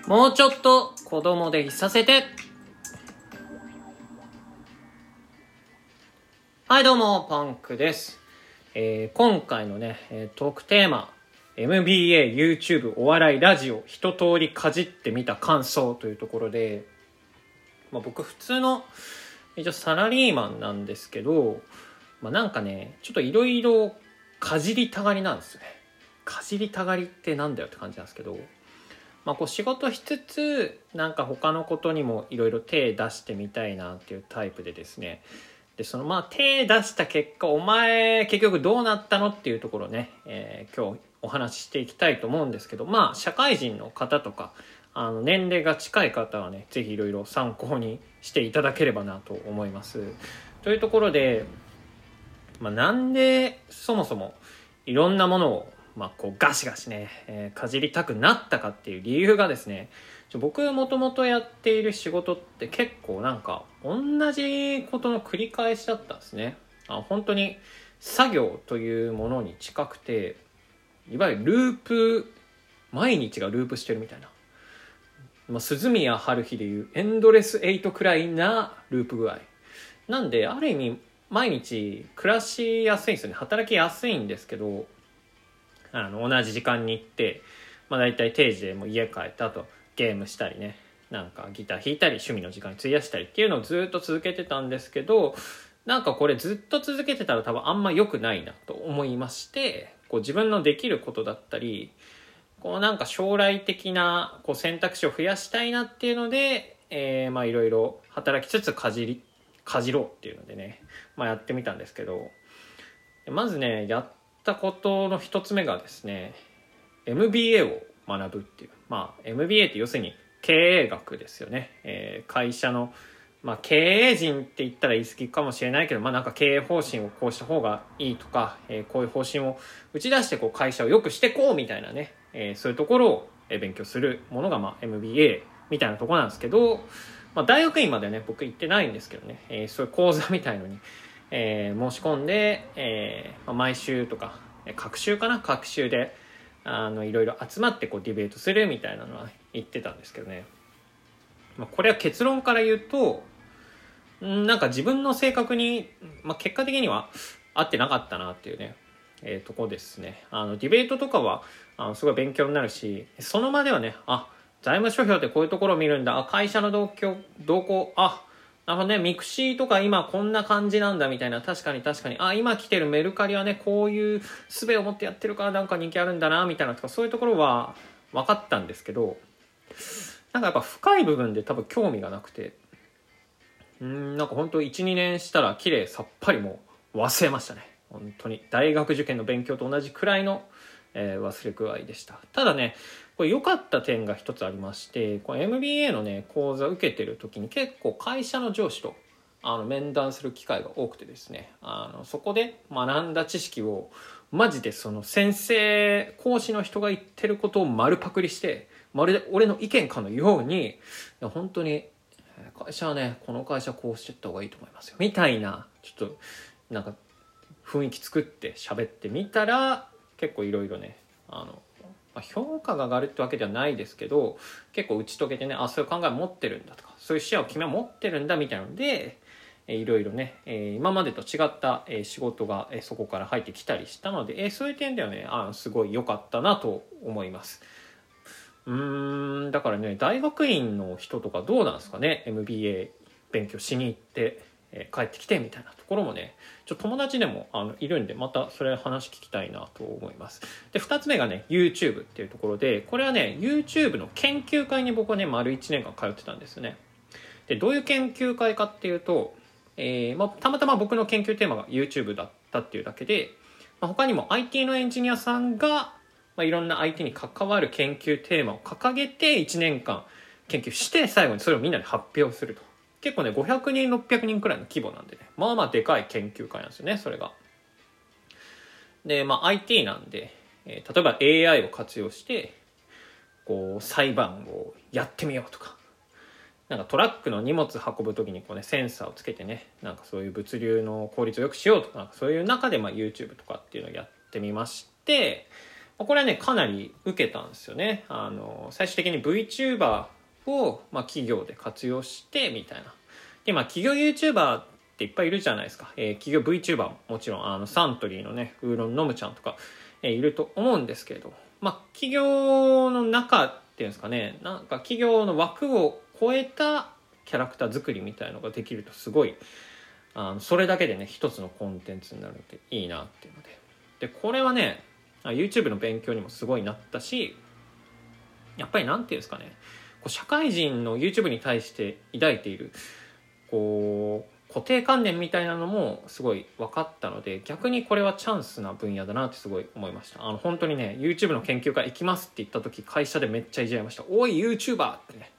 もうちょっと子供でいさせて。はいどうもパンクです。今回のねトークテーマ MBA、YouTube、お笑い、ラジオ一通りかじってみた感想というところで、僕普通の一応サラリーマンなんですけど、なんかねちょっといろいろかじりたがりなんですよね。かじりたがりってなんだよって感じなんですけど、こう仕事しつつなんか他のことにもいろいろ手出してみたいなっていうタイプでですね。でその手出した結果お前結局どうなったのっていうところをね、今日お話ししていきたいと思うんですけど、社会人の方とか年齢が近い方はねぜひいろいろ参考にしていただければなと思います。というところで、なんでそもそもいろんなものをこうガシガシね、かじりたくなったかっていう理由がですね、僕もともとやっている仕事って結構なんか同じことの繰り返しだったんですね。本当に作業というものに近くて、いわゆるループ、毎日がループしてるみたいな、鈴宮春日でいうエンドレス8くらいなループ具合なんで、ある意味毎日暮らしやすいんですよね。働きやすいんですけど、同じ時間に行って、だいたい定時でもう家帰った後ゲームしたりね、なんかギター弾いたり趣味の時間に費やしたりっていうのをずっと続けてたんですけど、なんかこれずっと続けてたら多分あんま良くないなと思いまして、こう自分のできることだったり、こうなんか将来的なこう選択肢を増やしたいなっていうので、いろいろ働きつつかじろうっていうのでね、やってみたんですけど、まずねやったことの一つ目がですね、 MBA を学ぶっていう。MBA って要するに経営学ですよね。会社の、経営陣って言ったら言い過ぎかもしれないけど、なんか経営方針をこうした方がいいとか、こういう方針を打ち出してこう会社を良くしてこうみたいなね、そういうところを勉強するものがMBA みたいなところなんですけど、大学院までね僕行ってないんですけどね、そういう講座みたいのに、申し込んで、毎週とか各週でいろいろ集まってこうディベートするみたいなのは言ってたんですけどね、これは結論から言うとなんか自分の性格に、結果的には合ってなかったなっていうね、とこですね。ディベートとかはすごい勉強になるし、その場ではね、財務諸表ってこういうところを見るんだ、会社の動向、なるほどね、ミクシーとか今こんな感じなんだみたいな、確かに今来てるメルカリはねこういう術を持ってやってるからなんか人気あるんだなみたいなとか、そういうところは分かったんですけど、なんかやっぱ深い部分で多分興味がなくて、なんか本当 1,2 年したら綺麗さっぱりもう忘れましたね。本当に大学受験の勉強と同じくらいの、忘れ具合でした。ただねこれ良かった点が一つありまして、この MBA のね講座受けてる時に結構会社の上司と面談する機会が多くてですね、そこで学んだ知識をマジでその先生講師の人が言ってることを丸パクリして、まるで俺の意見かのように、本当に会社はねこの会社こうしていった方がいいと思いますよみたいな、ちょっとなんか雰囲気作って喋ってみたら、結構いろいろね評価が上がるってわけではないですけど、結構打ち解けてね、そういう考え持ってるんだとか、そういう視野を君は持ってるんだみたいなので、いろいろね、今までと違った、仕事が、そこから入ってきたりしたので、そういう点ではねすごい良かったなと思います。だからね大学院の人とかどうなんですかね、 MBA 勉強しに行って帰ってきてみたいなところもね、友達でもいるんで、またそれ話聞きたいなと思います。で2つ目がね YouTube っていうところで、これはね YouTube の研究会に僕はね丸1年間通ってたんですよね。でどういう研究会かっていうと、たまたま僕の研究テーマが YouTube だったっていうだけで、他にも IT のエンジニアさんが、いろんな IT に関わる研究テーマを掲げて1年間研究して、最後にそれをみんなで発表すると。結構ね500人600人くらいの規模なんでね、でかい研究会なんですよね、それが。でIT なんで、例えば AI を活用してこう裁判をやってみようとか、なんかトラックの荷物運ぶ時にこう、センサーをつけてね、なんかそういう物流の効率を良くしようとか、そういう中でYouTube とかっていうのをやってみまして、 これはねかなり受けたんですよね。最終的に VTuber を、企業で活用してみたいな。で企業 YouTuber っていっぱいいるじゃないですか。企業 VTuber ももちろんサントリーのねウーロンのむちゃんとか、いると思うんですけれど、企業の中っていうんですかね、なんか企業の枠を超えたキャラクター作りみたいのができるとすごいそれだけでね一つのコンテンツになるのでいいなっていうので、これはね YouTube の勉強にもすごいなったし、やっぱりなんていうんですかね、社会人の YouTube に対して抱いている固定観念みたいなのもすごい分かったので、逆にこれはチャンスな分野だなってすごい思いました。本当にね YouTube の研究会行きますって言った時、会社でめっちゃいじられました。おい YouTuber ってね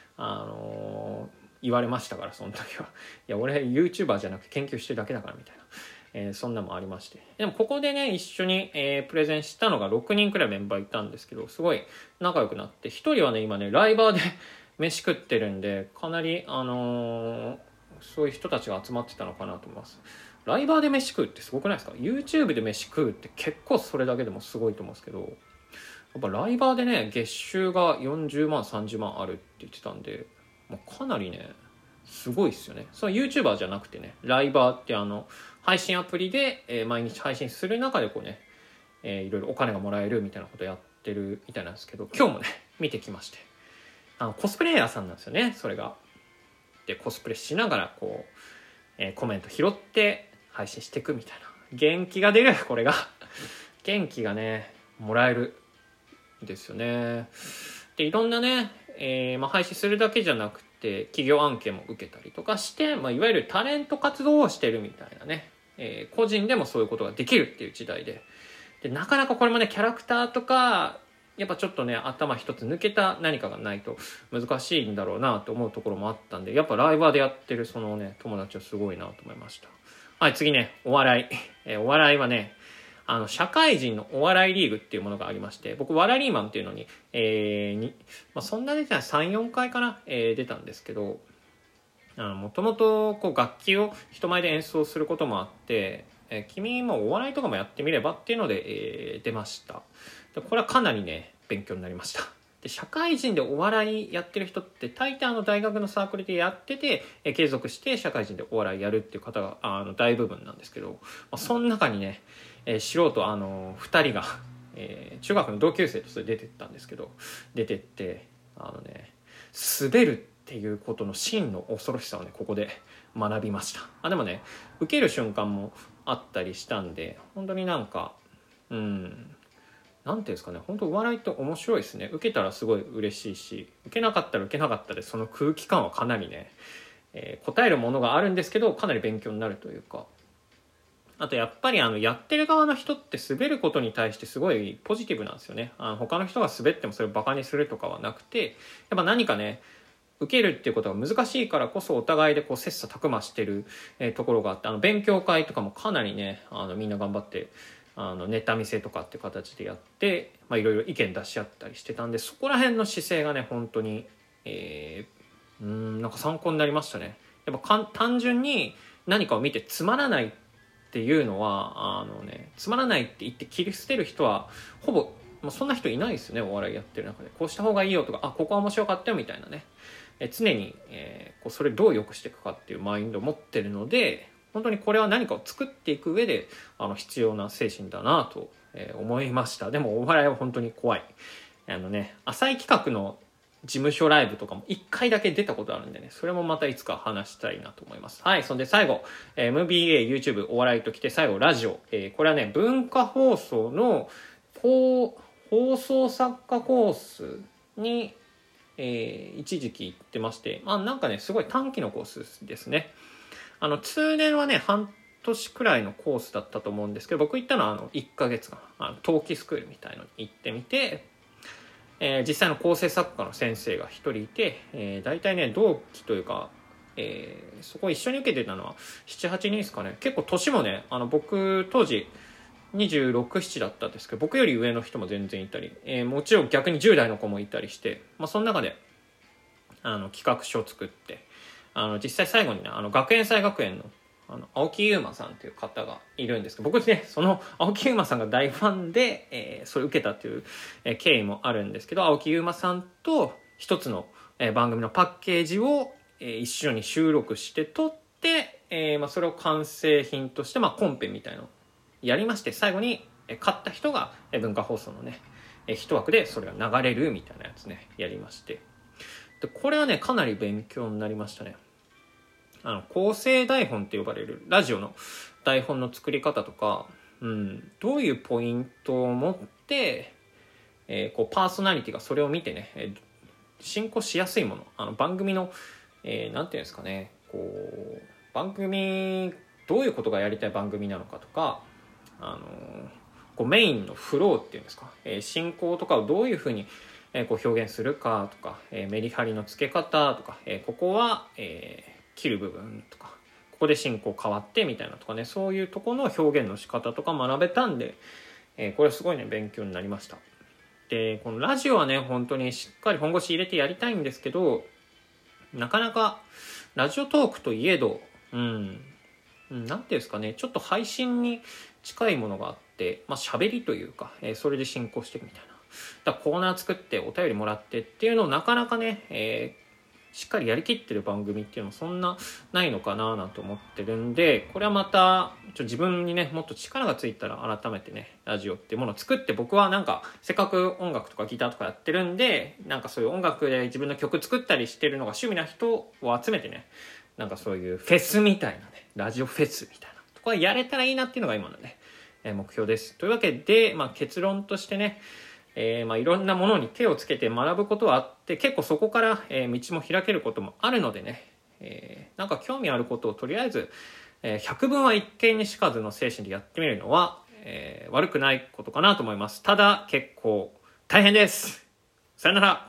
言われましたから、その時は。いや俺 YouTuber じゃなくて研究してるだけだからみたいな、そんなもありまして。でもここでね一緒に、プレゼンしたのが6人くらいメンバーいたんですけど、すごい仲良くなって、1人はね今ねライバーで飯食ってるんで、かなりそういう人たちが集まってたのかなと思います。ライバーで飯食うってすごくないですか？ YouTube で飯食うって結構それだけでもすごいと思うんですけど、やっぱライバーでね月収が40万30万あるって言ってたんで、かなりねすごいですよね。その YouTuber じゃなくてね、ライバーって配信アプリで、毎日配信する中でこうね、いろいろお金がもらえるみたいなことやってるみたいなんですけど、今日もね見てきまして、コスプレイヤーさんなんですよね、それが。でコスプレしながらこう、コメント拾って配信していくみたいな、元気が出る。これが元気がねもらえるんですよね。でいろんなね、配信するだけじゃなくて企業案件も受けたりとかして、いわゆるタレント活動をしてるみたいなね、個人でもそういうことができるっていう時代で、なかなかこれもねキャラクターとかやっぱちょっとね頭一つ抜けた何かがないと難しいんだろうなと思うところもあったんで、やっぱライバーでやってるそのね友達はすごいなと思いました。はい、次ねお笑い、お笑いはね社会人のお笑いリーグっていうものがありまして、僕笑いリーマンっていうのに、そんな出てない 3,4 回かな、出たんですけど、もともと楽器を人前で演奏することもあって、君もお笑いとかもやってみればっていうので、出ました。でこれはかなりね勉強になりました。で社会人でお笑いやってる人って大抵大学のサークルでやってて、継続して社会人でお笑いやるっていう方が大部分なんですけど、その中にね、素人2人が、中学の同級生として出てったんですけど、出てって滑るっていうことの真の恐ろしさをねここで学びました。でもね受ける瞬間もあったりしたんで、本当になんかなんていうんですかね、本当お笑いって面白いですね。受けたらすごい嬉しいし、受けなかったら受けなかったでその空気感はかなりね、答えるものがあるんですけどかなり勉強になるというか、あとやっぱりやってる側の人って滑ることに対してすごいポジティブなんですよね。他の人が滑ってもそれをバカにするとかはなくて、やっぱ何かね受けるっていうことが難しいからこそお互いで切磋琢磨してる、ところがあって、勉強会とかもかなりねみんな頑張ってネタ見せとかっていう形でやって、いろいろ意見出し合ったりしてたんで、そこら辺の姿勢がね本当に、なんか参考になりましたね。やっぱ単純に何かを見てつまらないっていうのはつまらないって言って切り捨てる人はほぼそんな人いないですよね。お笑いやってる中でこうした方がいいよとか、ここは面白かったよみたいなね、常に、それどう良くしていくかっていうマインドを持ってるので、本当にこれは何かを作っていく上で必要な精神だなと、思いました。でもお笑いは本当に怖い。浅井企画の事務所ライブとかも1回だけ出たことあるんでね、それもまたいつか話したいなと思います。はい、そんで最後、MBA、YouTube、お笑いときて最後ラジオ。これはね、文化放送の放送作家コースに、一時期行ってまして、なんかね、すごい短期のコースですね。通年はね、半年くらいのコースだったと思うんですけど、僕行ったのは1ヶ月間、冬季スクールみたいのに行ってみて、実際の構成作家の先生が一人いて、大体ね同期というか、そこ一緒に受けてたのは 7,8 人ですかね。結構年もね僕当時26、7だったんですけど、僕より上の人も全然いたり、もちろん逆に10代の子もいたりして、その中で企画書を作って、実際最後にね学園祭学園の青木優馬さんという方がいるんですけど、僕ね、その青木優馬さんが大ファンで、それを受けたという、経緯もあるんですけど、青木優馬さんと一つの、番組のパッケージを、一緒に収録して撮って、それを完成品として、コンペみたいなのをやりまして、最後に、勝った人が、文化放送のね、一枠でそれが流れるみたいなやつね、やりまして。で、これはね、かなり勉強になりましたね。構成台本って呼ばれるラジオの台本の作り方とか、どういうポイントを持って、パーソナリティがそれを見てね、進行しやすいもの、番組の、なんていうんですかね、番組、どういうことがやりたい番組なのかとか、メインのフローっていうんですか、進行とかをどういうふうに表現するかとか、メリハリのつけ方とか、ここは、切る部分とか、ここで進行変わってみたいなとかね、そういうところの表現の仕方とか学べたんで、これすごいね勉強になりました。で、このラジオはね本当にしっかり本腰入れてやりたいんですけど、なかなかラジオトークといえど、なんていうんですかね、ちょっと配信に近いものがあって、喋りというか、それで進行していくみたいな。だからコーナー作ってお便りもらってっていうのをなかなかね、しっかりやりきってる番組っていうのもそんなないのかななんて思ってるんで、これはまた自分にねもっと力がついたら改めてねラジオっていうものを作って、僕はなんかせっかく音楽とかギターとかやってるんで、なんかそういう音楽で自分の曲作ったりしてるのが趣味な人を集めてね、なんかそういうフェスみたいなね、ラジオフェスみたいなとこやれたらいいなっていうのが今のね、目標です。というわけで、結論としてね、いろんなものに手をつけて学ぶことはあって、結構そこから、道も開けることもあるのでね、なんか興味あることをとりあえず、百聞は一見にしかずの精神でやってみるのは、悪くないことかなと思います。ただ結構大変です。さよなら。